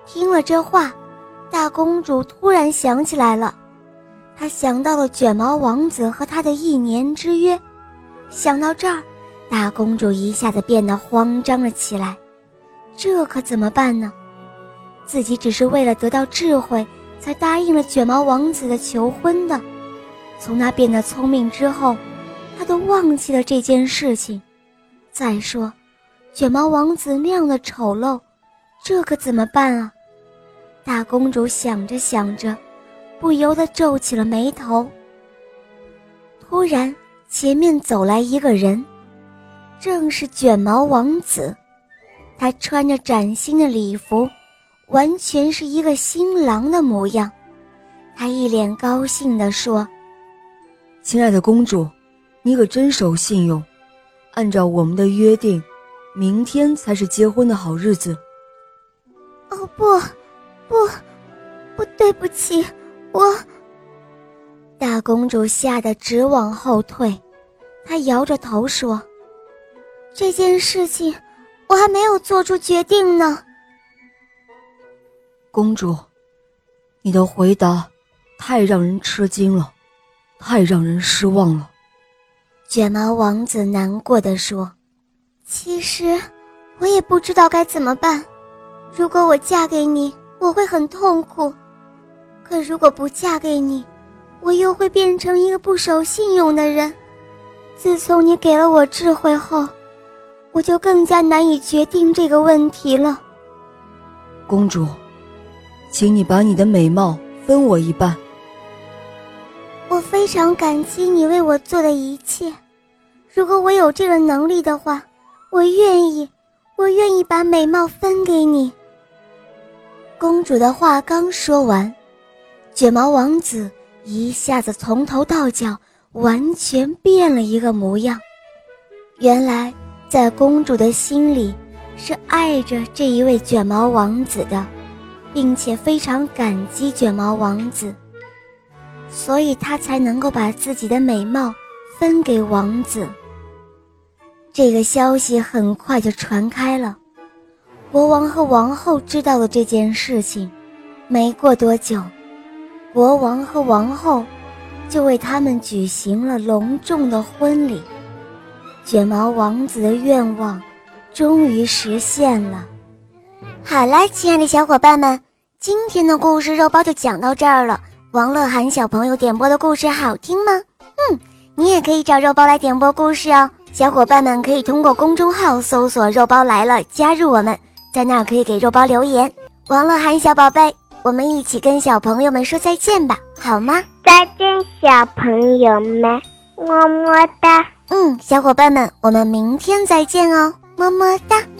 听了这话，大公主突然想起来了，她想到了卷毛王子和他的1年之约。想到这儿，大公主一下子变得慌张了起来。这可怎么办呢？自己只是为了得到智慧才答应了卷毛王子的求婚的。从他变得聪明之后，他都忘记了这件事情。再说，卷毛王子那样的丑陋，这可怎么办啊？大公主想着想着，不由得皱起了眉头。突然，前面走来一个人，正是卷毛王子。他穿着崭新的礼服，完全是一个新郎的模样。他一脸高兴地说： 亲爱的公主，你可真守信用，按照我们的约定，明天才是结婚的好日子。 哦，不，对不起，大公主吓得直往后退。她摇着头说：这件事情我还没有做出决定呢。 公主，你的回答太让人吃惊了，太让人失望了。 卷毛王子难过地说：其实我也不知道该怎么办。如果我嫁给你，我会很痛苦，可如果不嫁给你，我又会变成一个不守信用的人。自从你给了我智慧后，我就更加难以决定这个问题了。 公主，请你把你的美貌分我一半。 我非常感激你为我做的一切，如果我有这个能力的话，我愿意把美貌分给你。公主的话刚说完，卷毛王子一下子从头到脚完全变了一个模样。原来在公主的心里是爱着这一位卷毛王子的，并且非常感激卷毛王子，所以她才能够把自己的美貌分给王子。这个消息很快就传开了，国王和王后知道了这件事情。没过多久，国王和王后就为他们举行了隆重的婚礼。卷毛王子的愿望终于实现了。好啦，亲爱的小伙伴们，今天的故事肉包就讲到这儿了。王乐涵小朋友点播的故事好听吗？你也可以找肉包来点播故事哦。小伙伴们可以通过公众号搜索肉包来了，加入我们，在那儿可以给肉包留言。王乐涵小宝贝，我们一起跟小朋友们说再见吧，好吗？ 再见，小朋友们，么么哒。 小伙伴们，我们明天再见哦，么么哒。